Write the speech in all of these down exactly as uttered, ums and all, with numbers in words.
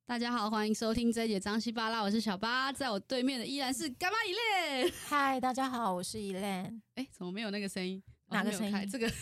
大家好，欢迎收听这一节张西巴拉，我是小巴，在我对面的依然是干妈伊莲。 嗨，大家好，我是依莲。 哎，怎么没有那个声音？ 哪个声音？ 哦、这个。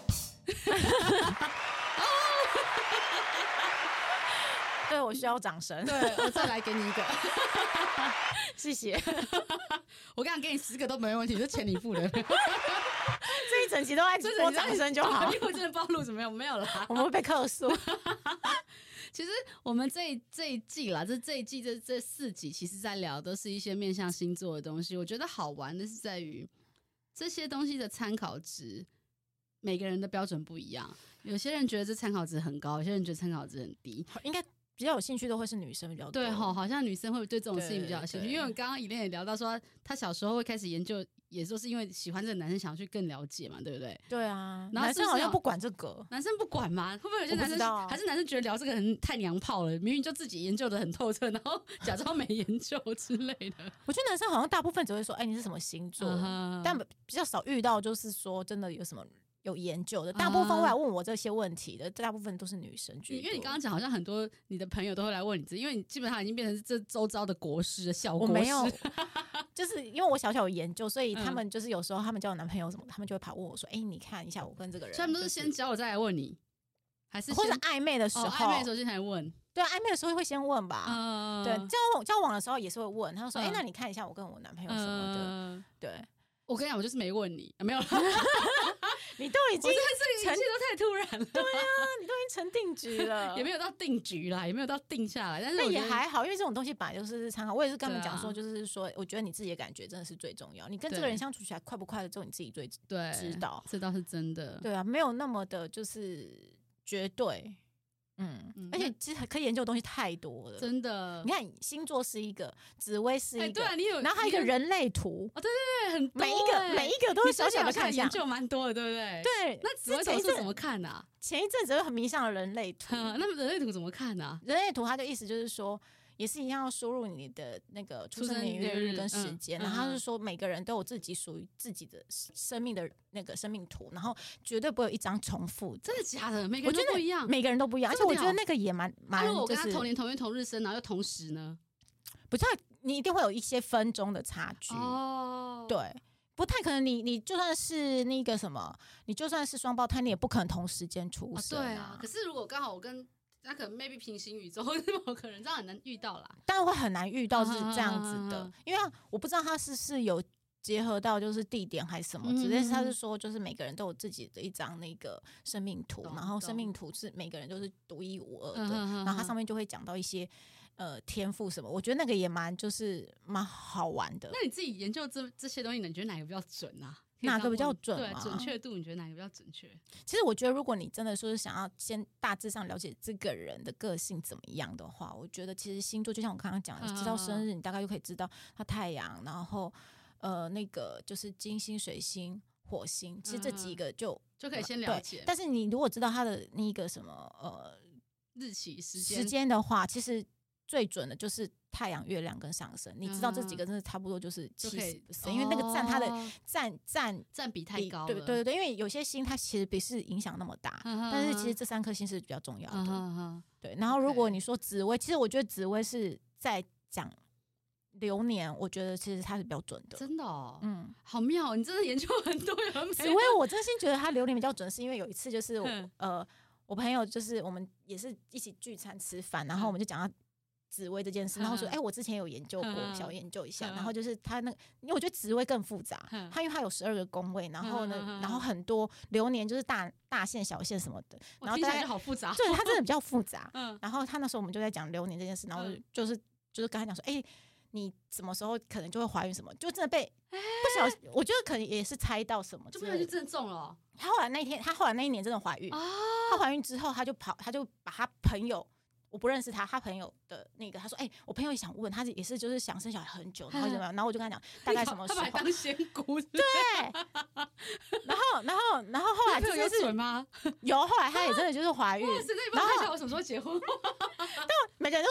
对，我需要掌声。 对，我再来给你一个。 谢谢。 我刚刚给你十个都没问题，是钱你付的。 这一整集都在播掌声就好， 因为我真的不知道录什么样，没有啦， 我们会被客诉。 其实我们这一这一季啦，这这一季这这四集，其实在聊都是一些面向星座的东西。我觉得好玩的是在于这些东西的参考值，每个人的标准不一样。有些人觉得这参考值很高，有些人觉得参考值很低。 应该比较有兴趣的会是女生比较多。 对吼，好像女生会对这种事情比较有兴趣。因为我刚刚依莲也聊到说，她小时候会开始研究。也说是因为喜欢这个男生，想要去更了解嘛，对不对？ 对啊， 然后男生好像不管这个， 男生不管吗？会不会有些男生、 啊、 还是男生觉得聊这个很太娘炮了？明明就自己研究的很透彻，然后假装没研究之类的。 我觉得男生好像大部分只会说：“哎、欸，你是什么星座？” uh-huh. 但比较少遇到就是说真的有什么有研究的。大部分会来问我这些问题的，大部分都是女生居多。 因为你刚刚讲，好像很多你的朋友都会来问你，因为你基本上已经变成这周遭的国师的小国师。 我没有。就是因为我小小有研究，所以他们就是有时候他们交男朋友什么，他们就会跑问我说：“哎、欸，你看一下我跟这个人。” 所以他们都是先交我再来问你，还是或者暧昧的时候？ 哦、暧昧的时候先来问。 对，暧昧的时候会先问吧。嗯、对，交往交往的时候也是会问，他就说：“哎、嗯欸，那你看一下我跟我男朋友什么的。嗯”对， 我跟你讲，我就是没问你，啊、没有。 你都已经我这个一切都太突然了。 对啊，你都已经成定局了， 也没有到定局啦，也没有到定下来。但是那也还好，因为这种东西本来就是参考。我也是跟他们讲说，就是说，啊、我觉得你自己的感觉真的是最重要。你跟这个人相处起来快不快乐，只有你自己最知道。 这倒是真的。 对啊，没有那么的就是绝对。嗯，嗯，而且其实可以研究的东西太多了， 真的。 你看星座是一个，紫微是一个， 欸、对啊，你有， 然后还有一个人类图， 哦，对对对，很多、欸， 每一个每一个都是小小的看研究蛮多的，对不对？ 对， 那紫微图是怎么看啊？ 前一阵子很迷上了人类图， 那么人类图怎么看啊？ 人类图它的意思就是说。也是一样要输入你的那个出生年月日跟时间，嗯、然后他是说每个人都有自己属于自己的生命的那个生命图，然后绝对不会有一张重复的。 真的假的？每个人都不一样， 每个人都不一样，而且我觉得那个也蛮蛮。 如果我跟他同年同月同日生，然后又同时呢？ 不太，你一定会有一些分钟的差距哦。对，不太可能你。你你就算是那个什么，你就算是双胞胎，你也不可能同时间出生、啊哦。对啊，可是如果刚好我跟。那可能 maybe 平行宇宙，某可能这样很难遇到啦。 但会很难遇到是这样子的，啊、因为我不知道他是是有结合到就是地点还是什么，只是他是说就是每个人都有自己的一张那个生命图，然后生命图是每个人都是独一无二的，然后它上面就会讲到一些呃天赋什么，我觉得那个也蛮就是蛮好玩的。 那你自己研究这这些东西，你觉得哪个比较准啊？ 哪个比较准吗？对，准确度你觉得哪个比较准确？ 其实我觉得，如果你真的说是想要先大致上了解这个人的个性怎么样的话，我觉得其实星座就像我刚刚讲的，知道生日，你大概就可以知道他太阳，然后呃那个就是金星、水星、火星，其实这几个就就可以先了解。 但是你如果知道他的那个什么呃日期、时间时间的话，其实最准的就是太阳、月亮跟上升，你知道这几个真的差不多就是七十%，因为那个占它的占占占比太高了。 对对对对，因为有些星它其实不是影响那么大，但是其实这三颗星是比较重要的。对，然后如果你说紫微，其实我觉得紫微是在讲流年，我觉得其实它是比较准的。 真的哦，嗯，好妙，你真的研究很多。 紫微我真心觉得它流年比较准，是因为有一次就是我呃，我朋友就是我们也是一起聚餐吃饭，然后我们就讲到。紫微这件事，然后说，哎、欸，我之前有研究过，小研究一下，然后就是他那个，因为我觉得紫微更复杂，他因为他有十二个宫位，然后呢，然后很多流年就是大大线、小线什么的，然后大概就好复杂， 对，他真的比较复杂。然后他那时候我们就在讲流年这件事，然后就是就是跟他讲说，哎、欸，你什么时候可能就会怀孕什么，就真的被不小心，我觉得可能也是猜到什么， 就不小心真的中了、哦。 他后来那一天，他后来那一年真的怀孕，他怀孕之后，他就跑，他就把他朋友。我不认识他，他朋友的那个，他说：“哎、欸，我朋友也想问，他也是就是想生小孩很久，然后怎么样？”然后我就跟他讲大概什么时候， 他把他当仙姑， 对。然后，然后，然后后来这件事准吗？ 有，后来他也真的就是怀孕。 哇塞，那你帮我看一下我什么时候结婚？ 但每个人都说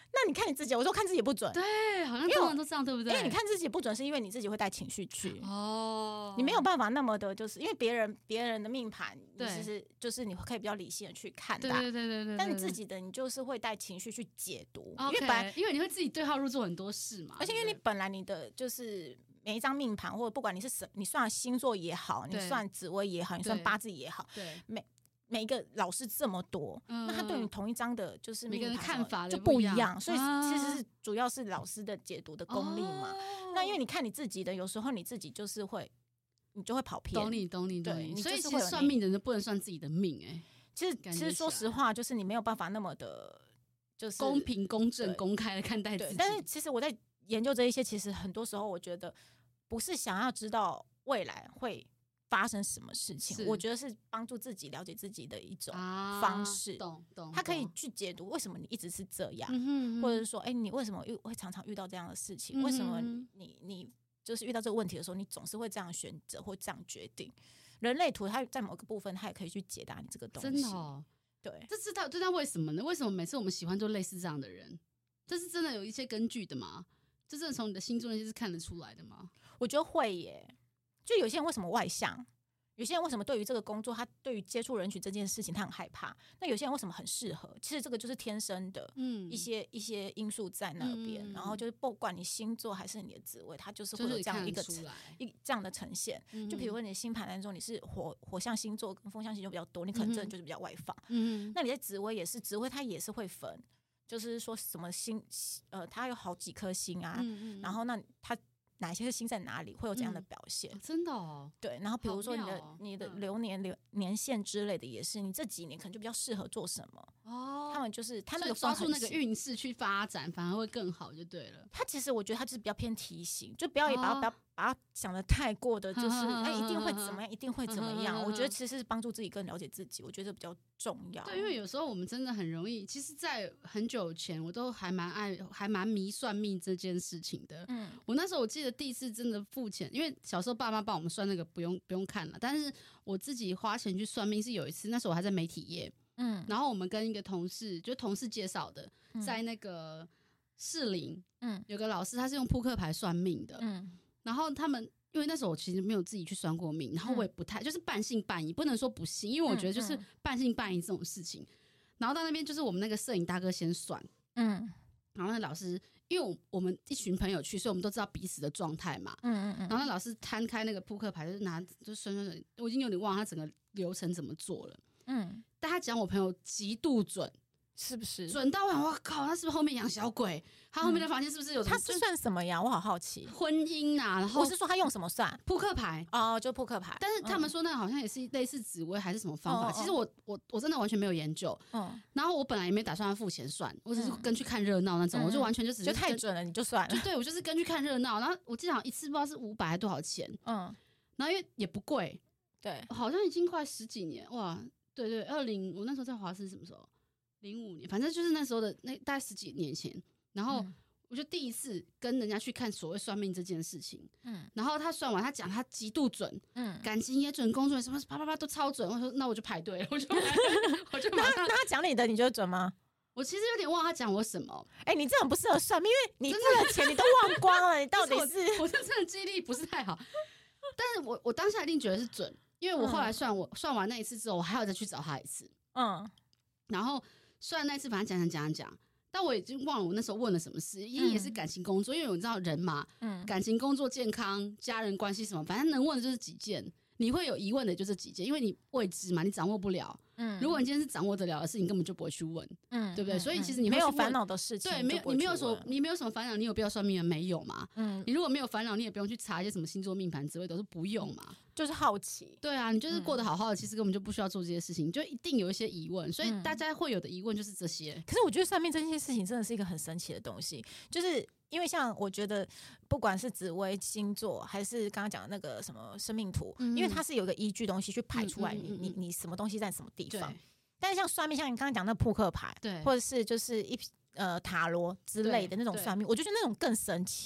那你看你自己，我说看自己不准， 对，好像通常都这样，对不对？ 因为你看自己不准，是因为你自己会带情绪去哦， 你没有办法那么的，就是因为别人别人的命盘，你其实就是你可以比较理性的去看待， 对对对对 对, 对， 但你自己的你就是会带情绪去解读， okay, 因为本来因为你会自己对号入座很多事嘛， 而且因为你本来你的就是每一张命盘，或者不管你是什，你算星座也好，你算紫微也好，你算八字也好， 对， 每每一个老师这么多，嗯、那他对你同一张的，就是每个人看法就不一样，所以其实是主要是老师的解读的功力嘛。 哦、 那因为你看你自己的，有时候你自己就是会，你就会跑偏。 懂你，懂你，懂你。所以其实算命的人不能算自己的命、欸，哎， 其实其实说实话，就是你没有办法那么的，就是公平、公正、公开的看待自己。 但是其实我在研究这一些，其实很多时候我觉得不是想要知道未来会发生什么事情，我觉得是帮助自己了解自己的一种方式。 啊、懂懂， 他可以去解读为什么你一直是这样， 嗯哼嗯哼， 或者是说，哎、欸，你为什么遇会常常遇到这样的事情？嗯、为什么你你就是遇到这个问题的时候，你总是会这样选择或这样决定？人类图它在某个部分，它也可以去解答你这个东西。 真的哦， 对， 这知道，这知道为什么呢？为什么每次我们喜欢做类似这样的人？这是真的有一些根据的吗？这真的从你的星座那些是看得出来的吗？ 我觉得会耶。就有些人为什么外向？有些人为什么对于这个工作，他对于接触人群这件事情他很害怕？那有些人为什么很适合？其实这个就是天生的一些、嗯、一些因素在那边、嗯，然后就是不管你星座还是你的职位，它就是会有这样一个、就是、一这样的呈现。嗯、就比如说你的星盘当中，你是火火象星座跟风象星座比较多，你可能真的就是比较外放。嗯，那你在职位也是，职位它也是会分，就是说什么星呃，它有好几颗星啊，嗯、然后那它。哪些星在哪里会有这样的表现？ 嗯哦、真的哦， 对。然后比如说你的、 哦、 你的流年流年限之类的，也是你这几年可能就比较适合做什么哦。他们就是他那个抓住那个运势去发展，反而会更好，就对了。 他其实我觉得他就是比较偏提醒，就不要也把它、哦、不要把它想得太过的，就是哎、欸、一定会怎么样，一定会怎么样。我觉得其实是帮助自己更了解自己，我觉得比较重要。 对，因为有时候我们真的很容易，其实，在很久前我都还蛮爱，还蛮迷算命这件事情的。嗯，我那时候我记得第一次真的付钱，因为小时候爸妈帮我们算那个不用不用看了，但是我自己花钱去算命是有一次，那时候我还在媒体业，嗯，然后我们跟一个同事，就同事介绍的，嗯、在那个士林，嗯，有个老师他是用扑克牌算命的，嗯，然后他们。因为那时候我其实没有自己去算过命，然后我也不太、嗯、就是半信半疑，不能说不信，因为我觉得就是半信半疑这种事情。嗯嗯、然后到那边就是我们那个摄影大哥先算，嗯，然后那老师因为我们一群朋友去，所以我们都知道彼此的状态嘛，嗯嗯嗯。然后那老师摊开那个扑克牌，就是拿就算算算，我已经有点忘了他整个流程怎么做了，嗯。但他讲我朋友极度准。 是不是准到我靠？他是不是后面养小鬼？他后面的房间是不是有什么？ 他是算什么呀？我好好奇。 婚姻啊，然后我是说他用什么算？ 扑克牌哦，就扑克牌。 但是他们说那好像也是类似紫微还是什么方法。哦哦哦其实我我我真的完全没有研究。嗯。然后我本来也没打算要付钱算，我只是跟去看热闹那种、嗯，我就完全就只是就太准了，你就算了。 就对我就是跟去看热闹，然后我记得好像一次不知道是五百还多少钱。嗯。然后因为也不贵， 对， 好像已经快十几年哇！对对，二零我那时候在华视什么时候？零五年，反正就是那时候的那大概十几年前，然后我就第一次跟人家去看所谓算命这件事情，嗯，然后他算完，他讲他极度准，嗯，感情也准，工作什么啪啪啪都超准，我说那我就排队了，我就我就马上那他讲你的，你觉得准吗？ 我其实有点忘他讲我什么， 哎、欸，你这种不适合算命，因为你付了钱你都忘光了，你到底是我, 我这真的记忆力不是太好，但是我我当下一定觉得是准，因为我后来算、嗯、我算完那一次之后，我还要再去找他一次，嗯，然后。虽然那次反正讲讲讲讲，但我已经忘了我那时候问了什么事，因为也是感情工作，因为我知道人嘛，嗯，感情工作、健康、家人关系什么，反正能问的就是几件，你会有疑问的就这几件，因为你未知嘛，你掌握不了。嗯，如果你今天是掌握得了的事情，根本就不会去问，嗯，对不对？嗯、所以其实你没有烦恼的事情， 对，没有你没有什么，你没有什么烦恼，你有必要算命吗？没有嘛。嗯，你如果没有烦恼，你也不用去查一些什么星座命盘之类的，都是不用嘛。 就是好奇， 对啊，你就是过得好好的，嗯、其实根本就不需要做这些事情，你就一定有一些疑问，所以大家会有的疑问就是这些。 嗯、可是我觉得算命这些事情真的是一个很神奇的东西，就是因为像我觉得不管是紫微星座还是刚刚讲的那个什么生命图，嗯、因为它是有一个依据东西去排出来你，你、嗯、你你什么东西在什么地方。但是像算命，像你刚刚讲那扑克牌，对，或者是就是一呃塔罗之类的那种算命，我就觉得那种更神奇。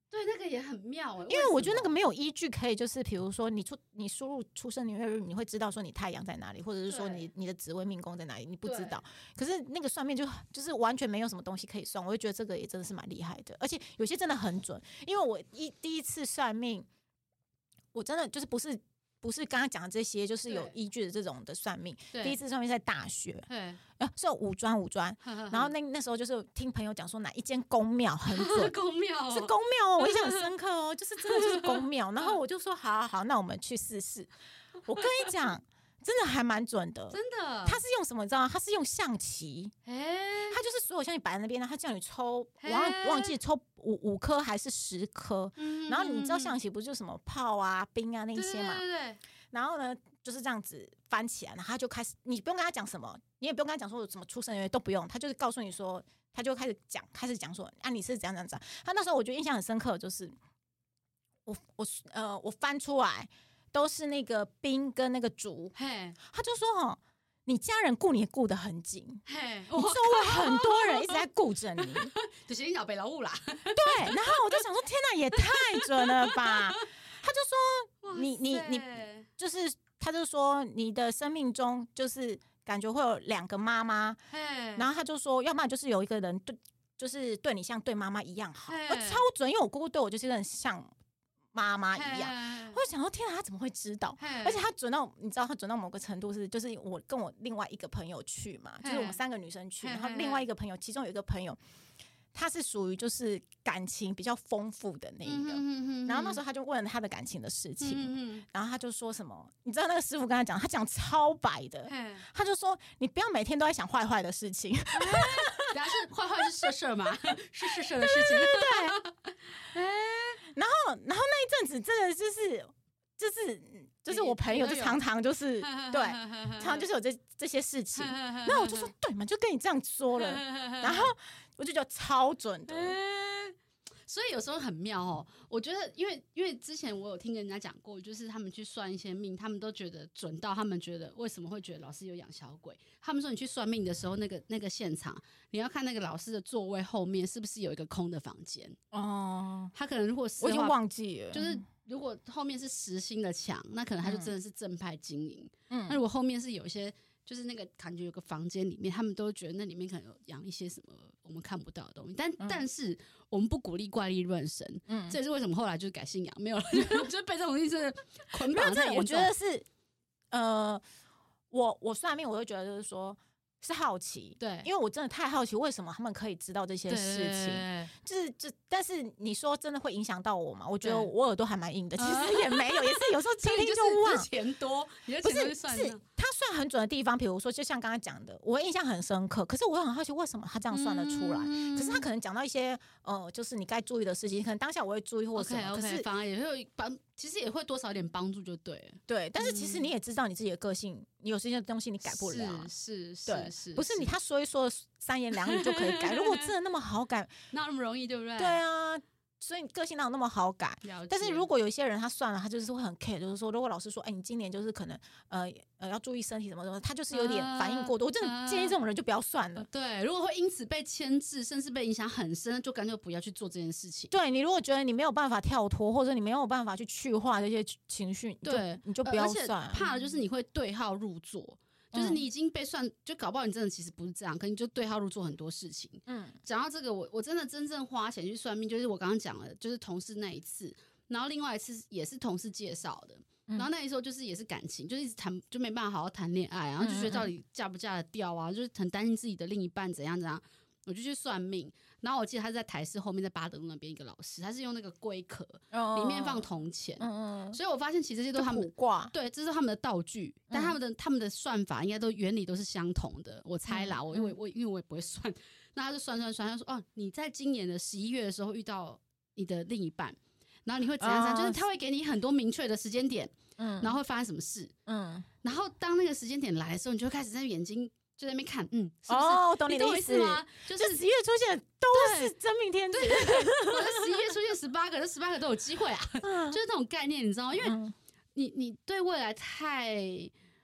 对，那个也很妙哎、欸， 因为我觉得那个没有依据可以，就是比如说你出你输入出生年月日，你会知道说你太阳在哪里，或者是说你你的紫微命宫在哪里，你不知道。可是那个算命就就是完全没有什么东西可以算，我就觉得这个也真的是蛮厉害的，而且有些真的很准。因为我一第一次算命，我真的就是不是。不是刚刚讲的这些，就是有依据的这种的算命。第一次算命在大学，呃，是有五专五专，然后那那时候就是听朋友讲说哪一间宫庙很准， 宫庙、哦、 是宫庙哦，我印象很深刻哦，就是真的就是宫庙。然后我就说好好好，那我们去试试。我跟你讲，真的还蛮准的， 真的。 他是用什么你知道吗？他是用象棋， 欸、 他就是所有象棋摆在那边，他叫你抽，我忘忘记抽五五颗还是十颗、嗯。然后你知道象棋不是就什么炮啊、兵啊那些嘛？ 对对对。 然后呢，就是这样子翻起来，然后他就开始，你不用跟他讲什么，你也不用跟他讲说什么出生年月都不用，他就是告诉你说，他就开始讲，开始讲说啊你是怎样怎样怎样。他那时候我觉得印象很深刻，就是我我呃我翻出来都是那个兵跟那个卒，他就说哦，你家人顾你顾得很紧，你周围很多人一直在顾着你， 就是你小北老物啦。 对，然后我就想说，天哪，也太准了吧！他就说你你你就是，他就说你的生命中就是感觉会有两个妈妈，然后他就说，要不然就是有一个人对，就是对你像对妈妈一样好，我超准，因为我姑姑对我就是很像妈妈一样。我就想说，天啊，他怎么会知道？而且他准到，你知道，他准到某个程度是，就是我跟我另外一个朋友去嘛，就是我们三个女生去，然后另外一个朋友，其中有一个朋友。他是属于就是感情比较丰富的那一个、嗯、然后那时候他就问了他的感情的事情、嗯、然后他就说什么你知道那个师傅跟他讲他讲超白的，他就说你不要每天都在想坏坏的事情， 等下是坏坏是色色吗？是色色的事情， 对对对然后然后那一阵子真的就是就是就是我朋友就常常就是对常常就是有这这些事情，然后我就说对嘛，就跟你这样说了，然后我就觉得超准的、欸， 所以有时候很妙哦。我觉得，因为因为之前我有听人家讲过，就是他们去算一些命，他们都觉得准到，他们觉得为什么会觉得老师有养小鬼？他们说你去算命的时候，那个那个现场，你要看那个老师的座位后面是不是有一个空的房间哦。他可能如果是我已经忘记了， 就是如果后面是实心的墙，那可能他就真的是正派经营。嗯，那如果后面是有一些。就是那个感觉有个房间里面，他们都觉得那里面可能有养一些什么我们看不到的东西，但、嗯、但是我们不鼓励怪力乱神，嗯，这也是为什么后来就是改信仰，没有了，就被这种东西真的捆绑太严重。 我觉得是，呃，我我算命，我会觉得就是说。是好奇， 对， 因为我真的太好奇，为什么他们可以知道这些事情？就是这，但是你说真的会影响到我吗？我觉得我耳朵还蛮硬的，其实也没有，也是有时候听听就忘。 钱多，你的钱多就算了。不是，是他算很准的地方，比如说，就像刚刚讲的，我印象很深刻。可是我很好奇，为什么他这样算得出来？嗯、可是他可能讲到一些呃，就是你该注意的事情，可能当下我会注意或什么。 Okay, okay, 可是反而也会帮，其实也会多少点帮助，就对了。 对，但是其实你也知道你自己的个性，你有这些东西你改不了。 是是对是， 不是你他说一说三言两语就可以改。如果真的那么好改， 哪有那么容易，对不对？ 对啊。所以个性哪有那么好改？但是如果有一些人他算了，他就是会很 care， 就是说，如果老师说，哎、欸，你今年就是可能呃呃要注意身体什么什么，他就是有点反应过度。呃、我真的建议这种人就不要算了。 呃、对，如果会因此被牵制，甚至被影响很深，就干脆不要去做这件事情。 对，你如果觉得你没有办法跳脱，或者你没有办法去去化这些情绪，对，你就不要算。 而且怕的就是你会对号入座。就是你已经被算，就搞不好你真的其实不是这样，可你就对号入座很多事情。嗯，讲到这个，我我真的真正花钱去算命，就是我刚刚讲了，就是同事那一次，然后另外一次也是同事介绍的，嗯、然后那一时候就是也是感情，就是一直谈就没办法好好谈恋爱，然后就觉得到底嫁不嫁得掉啊，就是很担心自己的另一半怎样怎样，我就去算命。然后我记得他是在台视后面，在八德路那边一个老师，他是用那个龟壳，里面放铜钱，嗯嗯，所以我发现其实这些都是他们的， 对，这是他们的道具，但他们的、嗯、他们的算法应该都原理都是相同的，我猜啦，我因为我因为我也不会算，那他就算算算，他说哦，你在今年的十一月的时候遇到你的另一半，然后你会怎样怎样，就是他会给你很多明确的时间点，嗯，然后会发生什么事，嗯，然后当那个时间点来的时候，你就会开始在眼睛。就在那边看，嗯，是不是哦，懂你的意思吗？就是十一月出现的都是真命天子， 对对对，我在十一月出现十八个，这十八个都有机会啊，嗯、就是那种概念，你知道吗？因为你你对未来太，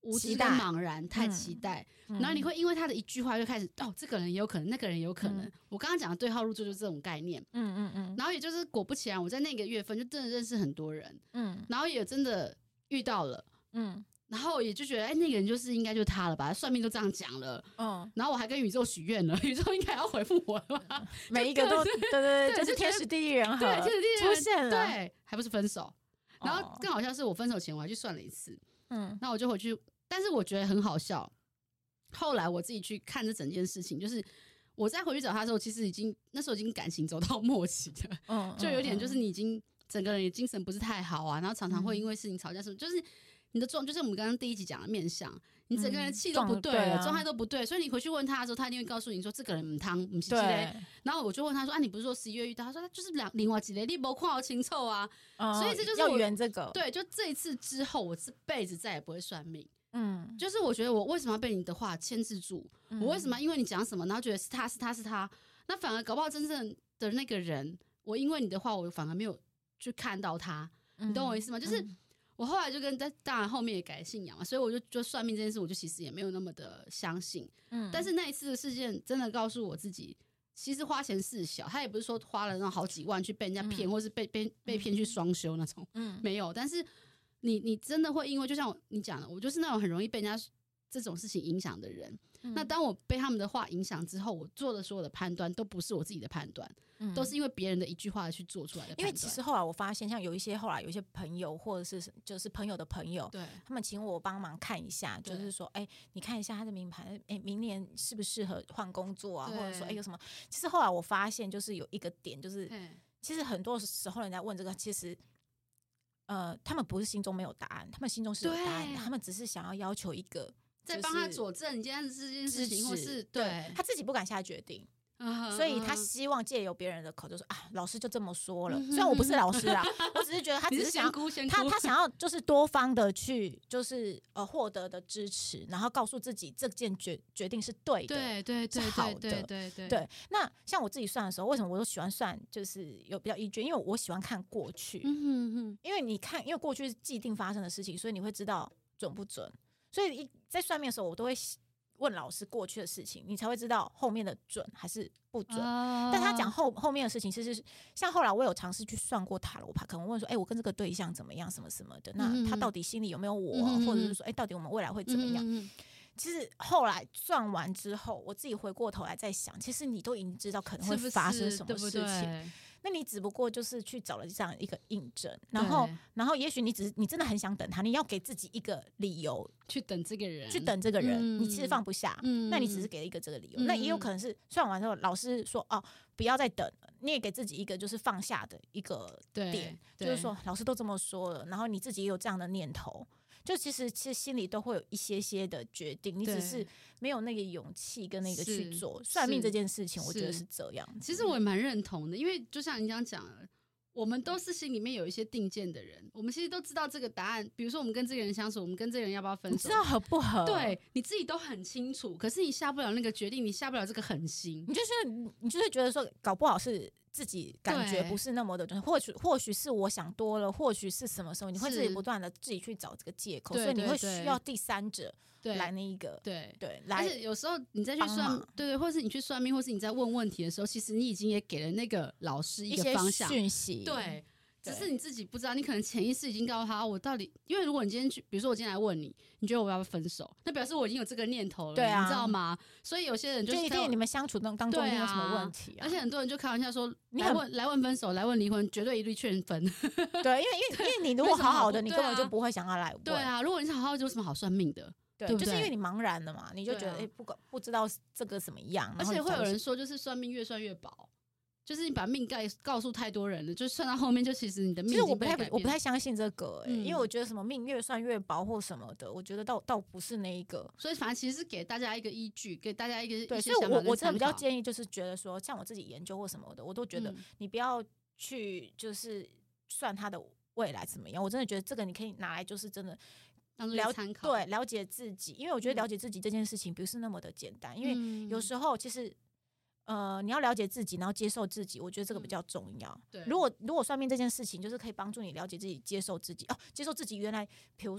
无知跟茫然，太期待，嗯、然后你会因为他的一句话就开始哦，这个人也有可能，那个人也有可能。嗯、我刚刚讲的对号入座就是这种概念，嗯嗯嗯。然后也就是果不其然，我在那个月份就真的认识很多人，嗯，然后也真的遇到了，嗯。然后也就觉得，哎、欸，那个人就是应该就是他了吧？算命都这样讲了，嗯。然后我还跟宇宙许愿了，宇宙应该要回复我了吧？ 每一个都对对对，就是天时地利人和， 对，天时地利人和出现了， 对，还不是分手。然后更好笑是我分手前我还去算了一次，嗯，那我就回去，但是我觉得很好笑。后来我自己去看这整件事情，就是我再回去找他的时候，其实已经那时候已经感情走到末期了，嗯，就有点就是你已经整个人也精神不是太好啊，然后常常会因为事情吵架什么，就是你的状，就是我们刚刚第一集讲的面相，你整个人气都不对了，状态、嗯、都不对，所以你回去问他的时候，他一定会告诉你说这个人唔汤唔是之类。然后我就问他说啊，你不是说十一月遇到？他说他就是两另外几类，你没看到清楚啊、嗯，所以这就是要圆这个。 对，就这一次之后，我这辈子再也不会算命。嗯，就是我觉得我为什么要被你的话牵制住？嗯、我为什么因为你讲什么，然后觉得是他是他是他，那反而搞不好真正的那个人，我因为你的话，我反而没有去看到他，嗯、你懂我意思吗？就是。嗯我后来就跟当然后面也改信仰嘛，所以我就就算命这件事，我就其实也没有那么的相信。嗯，但是那一次的事件真的告诉我自己，其实花钱事小，他也不是说花了那种好几万去被人家骗，嗯、或是被被被骗去双休那种，嗯，没有。但是你你真的会因为就像你讲的，我就是那种很容易被人家这种事情影响的人。嗯、那当我被他们的话影响之后，我做的所有的判断都不是我自己的判断，嗯、都是因为别人的一句话去做出来的判断。 因为其实后来我发现，像有一些后来有一些朋友，或者是就是朋友的朋友，对，他们请我帮忙看一下，就是说，哎、欸，你看一下他的名牌，哎、欸，明年适不适合换工作啊？或者说，哎、欸，有什么？其实后来我发现，就是有一个点，就是其实很多时候人家问这个，其实。呃，他们不是心中没有答案，他们心中是有答案的，他们只是想要要求一个。 在帮他佐证一件这件事情，或是 对, 对他自己不敢下决定，嗯、所以他希望借由别人的口就说啊，老师就这么说了。嗯、虽然我不是老师啊，我只是觉得他只是想是他他想要就是多方的去就是呃获得的支持，然后告诉自己这件决决定是对的， 对对对， 是好的， 对对 对, 对, 对。那像我自己算的时候，为什么我都喜欢算，就是有比较依据，因为我喜欢看过去，嗯哼哼因为你看，因为过去是既定发生的事情，所以你会知道准不准。所以在算命的时候，我都会问老师过去的事情，你才会知道后面的准还是不准。哦、但他讲后后面的事情，其实像后来我有尝试去算过塔罗牌，可能问说，哎、欸，我跟这个对象怎么样，什么什么的，那他到底心里有没有我，嗯、或者是说，哎、欸，到底我们未来会怎么样？嗯、其实后来算完之后，我自己回过头来再想，其实你都已经知道可能会发生什么事情。是是那你只不过就是去找了这样一个印证，然后，然后也许你只是你真的很想等他，你要给自己一个理由去等这个人， 去等这个人，嗯、你其实放不下，嗯、那你只是给了一个这个理由，嗯、那也有可能是算完之后，老师说哦，不要再等了，你也给自己一个就是放下的一个点，就是说老师都这么说了，然后你自己也有这样的念头。就其实其实心里都会有一些些的决定，你只是没有那个勇气跟那个去做算命这件事情，我觉得是这样。 其实我也蛮认同的，因为就像你刚刚讲的，我们都是心里面有一些定见的人，我们其实都知道这个答案。比如说我们跟这个人相处，我们跟这个人要不要分手， 你知道合不合？ 对，你自己都很清楚，可是你下不了那个决定，你下不了这个狠心， 你就是你就是觉得说，搞不好是。自己感觉不是那么的，或许或许是我想多了，或许是什么时候，你会自己不断的自己去找这个借口，所以你会需要第三者来那一个， 对对， 而且有时候你再去算，对对，或是你去算命，或是你在问问题的时候，其实你已经也给了那个老师一个方向讯息， 对。只是你自己不知道，你可能潜意识已经告诉他，我到底，因为如果你今天去，比如说我今天来问你，你觉得我要不要分手，那表示我已经有这个念头了，对啊，你知道吗？所以有些人就一定你们相处当当中一定有什么问题、啊啊、而且很多人就开玩笑说，来问来问分手，来问离婚，绝对一律劝分。 对，因为因为因为你如果好好的，你根本就不会想要来问。 对啊，如果你是好好的，有什么好算命的？ 对， 对对就是因为你茫然了嘛，你就觉得哎、啊欸，不不知道这个怎么样， 而且会有人说，就是算命越算越薄。就是你把命盖告诉太多人了，就算到后面，就其实你的命已经被改变。其实我不太我不太相信这个、欸嗯，因为我觉得什么命越算越薄或什么的，我觉得倒倒不是那一个。 所以反正其实是给大家一个依据，给大家一个对，所以我我真的比较建议就是觉得说，像我自己研究或什么的，我都觉得你不要去就是算他的未来怎么样。我真的觉得这个你可以拿来就是真的。 了参考对了解自己，因为我觉得了解自己这件事情不是那么的简单，嗯、因为有时候其实。呃，你要了解自己，然后接受自己，我觉得这个比较重要。嗯、对，如果如果算命这件事情，就是可以帮助你了解自己、接受自己哦，接受自己原来，比如说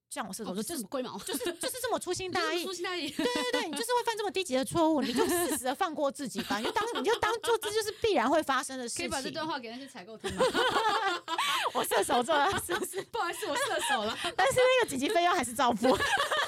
像我射手座，就是龟毛， 就是就是这么粗心大意， 粗心大意。 对对对，你就是会犯这么低级的错误，你就适时的放过自己吧，你就当你就当做这就是必然会发生的事情。 可以把这段话给那些采购听吗？ 我射手座的，是不是？ 不好意思，我射手了， 但是那个紧急费用还是照付。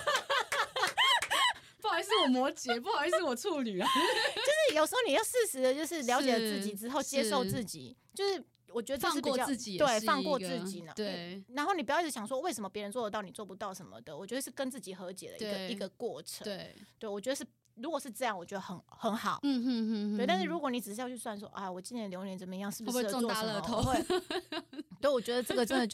不好意思，我摩羯，不好意思，我处女啊。 就是有时候你要适时的，就是了解了自己之后，接受自己，就是我觉得这是比较放过自己， 对，放过自己呢。 对， 然后你不要一直想说为什么别人做得到，你做不到什么的。我觉得是跟自己和解的一个一个过程。 对， 对，我觉得是，如果是这样，我觉得很很好。 嗯哼哼哼。 对，但是如果你只是要去算说，啊，我今年流年怎么样，是不是会不会中大乐透？ 会。对，我觉得这个真的就是。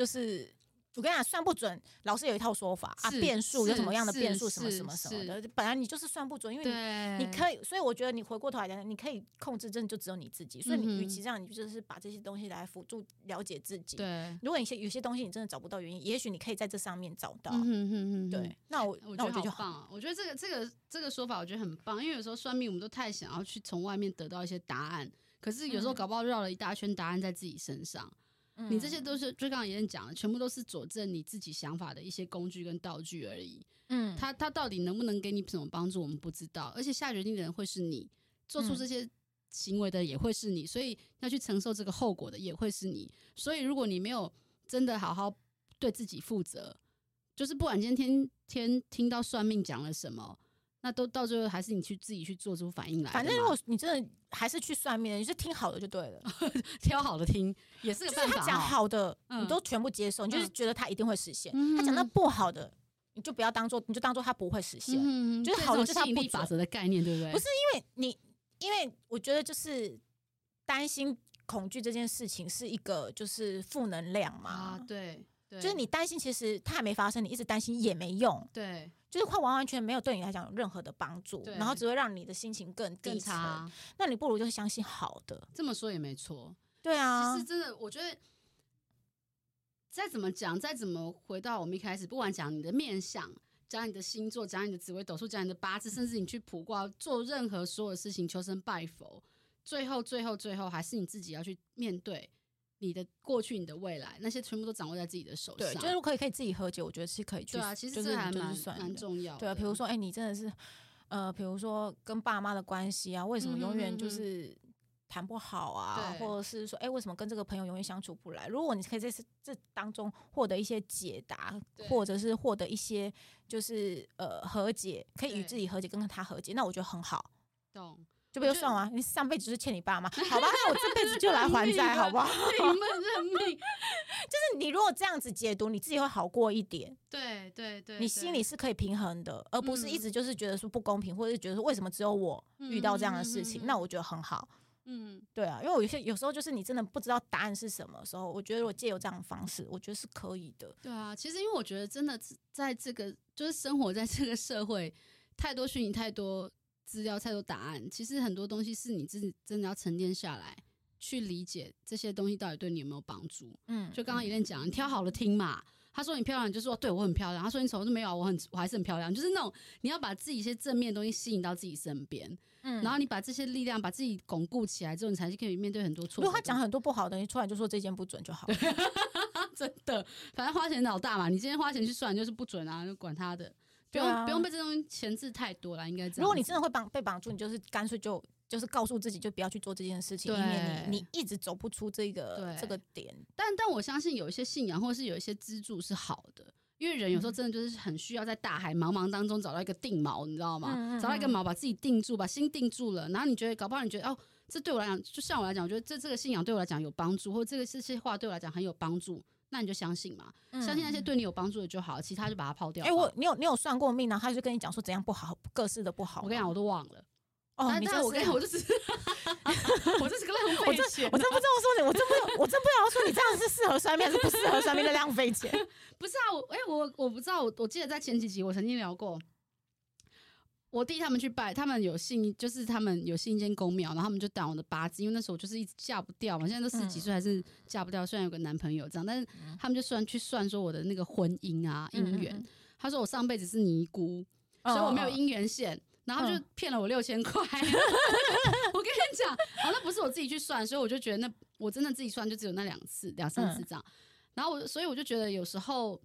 我跟你讲，算不准，老师有一套说法啊，变数有什么样的变数，什么什么什么的，本来你就是算不准，因为你你可以，所以我觉得你回过头来讲，你可以控制，真的就只有你自己，所以你与其这样，你就是把这些东西来辅助了解自己。 对， 如果你有些东西你真的找不到原因，也许你可以在这上面找到。 嗯对，那我我觉得好棒啊！我觉得这个这个这个说法我觉得很棒，因为有时候算命我们都太想要去从外面得到一些答案，可是有时候搞不好绕了一大圈答案在自己身上。嗯、你这些都是就刚刚妍妍讲的，全部都是佐证你自己想法的一些工具跟道具而已。嗯，他他到底能不能给你什么帮助，我们不知道。而且下决定的人会是你，做出这些行为的也会是你，所以要去承受这个后果的也会是你。所以如果你没有真的好好对自己负责，就是不管今天天听到算命讲了什么。那都到最后还是你去自己去做出反应来的。 反正如果你真的还是去算命的，你就听好的就对了， 挑好的听也是个办法。 就是他讲好的，嗯、你都全部接受，你就是觉得他一定会实现。嗯、他讲到不好的，你就不要当做，你就当做他不会实现。嗯、就是好的就是他不准。吸引力法则的概念，对不对？ 不是因为你，因为我觉得就是担心、恐惧这件事情是一个就是负能量嘛。 啊，对。 就是你担心，其实它还没发生，你一直担心也没用。 对， 就是它完完全没有对你来讲有任何的帮助，然后只会让你的心情更低沉。那你不如就相信好的。 这么说也没错。 对啊， 其实真的，我觉得再怎么讲，再怎么回到我们一开始，不管讲你的面相，讲你的星座，讲你的紫微斗数，讲你的八字，甚至你去卜卦，做任何所有事情，求神拜佛，最后最后最后还是你自己要去面对。你的过去，你的未来，那些全部都掌握在自己的手上。 对，就是可以可以自己和解，我觉得是可以去。 对啊，其实这还蛮蛮重要的。 对啊，比如说，哎、欸，你真的是，呃，比如说跟爸妈的关系啊，为什么永远就是谈不好啊？嗯、或者是说，哎、欸，为什么跟这个朋友永远相处不来？如果你可以在这当中获得一些解答，或者是获得一些就是呃和解，可以与自己和解，跟他和解，那我觉得很好。 懂。 就不用算啊！你上辈子就是欠你爸妈，好吧？那我这辈子就来还债，好不好？ 你们认命， 就是你如果这样子解读，你自己会好过一点。 对对 对, 对， 你心里是可以平衡的，而不是一直就是觉得说不公平，嗯、或者是觉得说为什么只有我遇到这样的事情？嗯、那我觉得很好。嗯，对啊，因为我有些有时候就是你真的不知道答案是什么时候，我觉得我借由这样的方式，我觉得是可以的。 对啊，其实因为我觉得真的在这个就是生活在这个社会，太多讯息，太多。资料太多答案，其实很多东西是你自己真的要沉淀下来，去理解这些东西到底对你有没有帮助。嗯，就刚刚妍妍讲，你挑好了听嘛。他说你漂亮，你就说对我很漂亮。他说你丑，就没有，我很我还是很漂亮。就是那种你要把自己一些正面的东西吸引到自己身边，嗯，然后你把这些力量把自己巩固起来之后，你才可以面对很多挫折。 如果他讲很多不好的，你出来就说这件不准就好了。 真的，反正花钱老大嘛，你今天花钱去算就是不准啊，就管他的。不用、啊、不用被这东西钳制太多了，应该这样。 如果你真的会绑被绑住，你就是干脆就就是告诉自己，就不要去做这件事情，以免你你一直走不出这个这个点。 但但我相信有一些信仰或者是有一些支柱是好的，因为人有时候真的就是很需要在大海茫茫当中找到一个定锚，你知道吗？嗯嗯嗯找到一个锚，把自己定住，把心定住了，然后你觉得搞不好你觉得哦，这对我来讲，就像我来讲，我觉得这这个信仰对我来讲有帮助，或者这个这些话对我来讲很有帮助。那你就相信嘛，嗯、相信那些对你有帮助的就好，其他就把它抛掉。 哎、欸，我你有你有算过命，然后他就跟你讲说怎样不好，各式的不好。 我跟你讲，我都忘了。 哦，你这我跟你讲，我就是，我就是个浪费钱。 我真不知道说你，我真不我真不知道说你这样是适合算命还是不适合算命的浪费钱。 不是啊，我哎、欸、我我不知道，我我记得在前几集我曾经聊过。我弟他们去拜，他们有信，就是他们有信一间公庙，然后他们就打我的八字，因为那时候我就是一直嫁不掉嘛，现在都十几岁还是嫁不掉，虽然有个男朋友这样，但是他们就算去算说我的那个婚姻啊姻缘，他说我上辈子是尼姑，所以我没有姻缘线，然后就骗了我六千块。我跟你讲，哦，那不是我自己去算，所以我就觉得那我真的自己算就只有那两次两三次这样，然后我所以我就觉得有时候。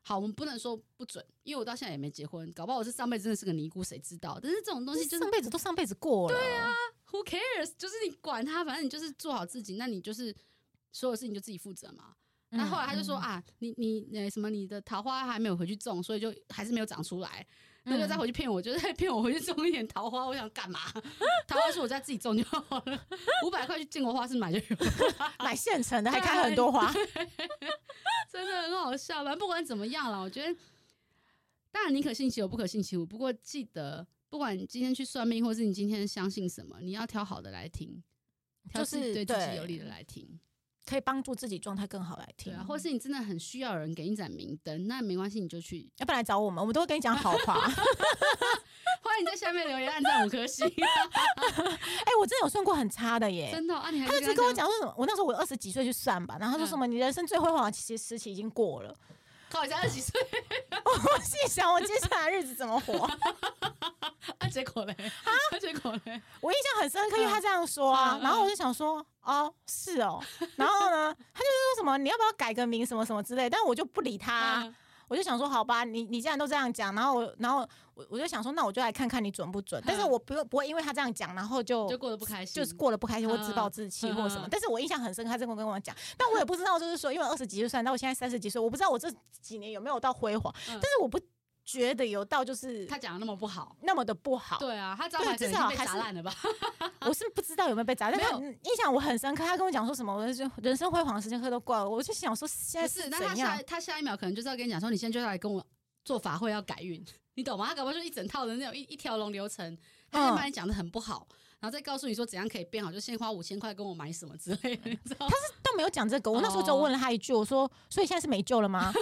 好，我们不能说不准，因为我到现在也没结婚，搞不好我是上辈子真的是个尼姑，谁知道？但是这种东西就是上辈子都上辈子过了， 对啊 ，Who cares？ 就是你管他，反正你就是做好自己，那你就是所有事情就自己负责嘛。那、嗯、后来他就说、嗯、啊，你你呃什么你的桃花还没有回去种，所以就还是没有长出来。那就再回去骗我，就是骗我回去种一点桃花。我想干嘛？桃花树我在自己种就好了，五百块去建国花市买就有了， 买现成的还开很多花， 真的很好笑。反正不管怎么样啦，我觉得当然宁可信其有，不可信其无。不过记得，不管你今天去算命，或是你今天相信什么，你要挑好的来听，挑自己对自己有利的来听。 可以帮助自己状态更好来听， 对啊，或是你真的很需要有人给你盏明灯，那没关系，你就去， 要不然来找我们，我们都会跟你讲好话。 欢迎你在下面留言，按赞五颗星。 哎、欸，我真的有算过很差的耶， 真的、哦、啊！你还他就跟我讲说什么？我那时候我二十几岁去算吧，然后他说什么、嗯、你人生最辉煌的时期已经过了。 靠，你才二十几岁， 我心想我接下来日子怎么活？ 啊，结果嘞？啊，结果嘞？ 我印象很深刻，因为他这样说啊，嗯、然后我就想说，哦，是哦，然后呢，他就说什么你要不要改个名什么什么之类，但我就不理他、啊。嗯我就想说，好吧，你你既然都这样讲，然后我，然后我我就想说，那我就来看看你准不准。但是我不不会因为他这样讲，然后就就过得不开心， 就是过得不开心或自暴自弃或什么。但是我印象很深刻，他这么跟我讲，但我也不知道，就是说，因为二十几岁算，到我现在三十几岁，我不知道我这几年有没有到辉煌，但是我不觉得有到就是他讲的那么不好， 那么的不好。 对啊，他招牌至少被砸烂了吧？ 我是不知道有没有被砸，但是印象我很深刻。他跟我讲说什么，我就人生辉煌的时间刻都过了，我就想说现在是怎样？ 他下他下一秒可能就是要跟你讲说，你现在就要来跟我做法会要改运，你懂吗？他搞不好就一整套的那种一一条龙流程，他先把你讲的很不好。嗯，然后再告诉你说怎样可以变好，就先花五千块跟我买什么之类的，你知道？ 他是都没有讲这个，我那时候就问了他一句，我说：“所以现在是没救了吗？”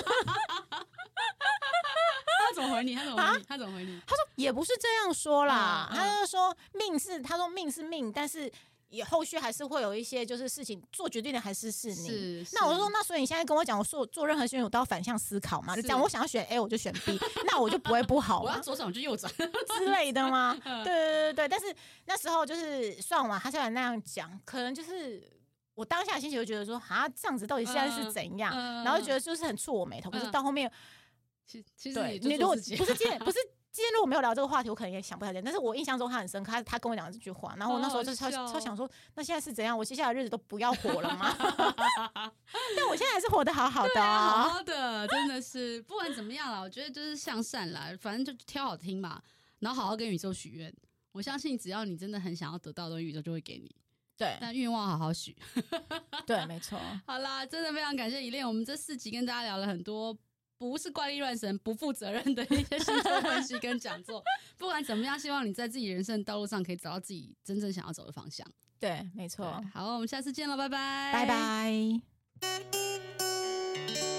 他怎么回你？他怎么回你？啊、他怎么回你？ 他说也不是这样说啦，嗯嗯、他就说命是，他说命是命，但是也后续还是会有一些就是事情做决定的还是是你。 是是那我就说，那所以你现在跟我讲，我做做任何事情我都要反向思考嘛？就讲我想要选 A， 我就选 B， 那我就不会不好。 我要左转我就右转之类的吗？对对对对，但是那时候就是算完，他虽然那样讲，可能就是我当下的心情就觉得说，啊，这样子到底现在是怎样？嗯嗯、然后就觉得就是很触我眉头。可是到后面， 其其实你如果不是今天不是。今天如果没有聊这个话题，我可能也想不太起来。但是我印象中他很深刻，他他跟我讲这句话，然后我那时候就超超想说，那现在是怎样？我接下来的日子都不要活了吗？但我现在还是活得好好的、哦啊，好好的，真的是不管怎么样啦，我觉得就是向善啦，反正就挑好听嘛，然后好好跟宇宙许愿。我相信只要你真的很想要得到的东西，宇宙就会给你。 对， 但愿望好好许。 对，没错。 好啦，真的非常感谢伊恋，我们这四集跟大家聊了很多。不是怪力乱神、不负责任的一些星座分析跟讲座。不管怎么样，希望你在自己人生的道路上可以找到自己真正想要走的方向。 对，没错。 好，我们下次见了，拜拜， 拜拜。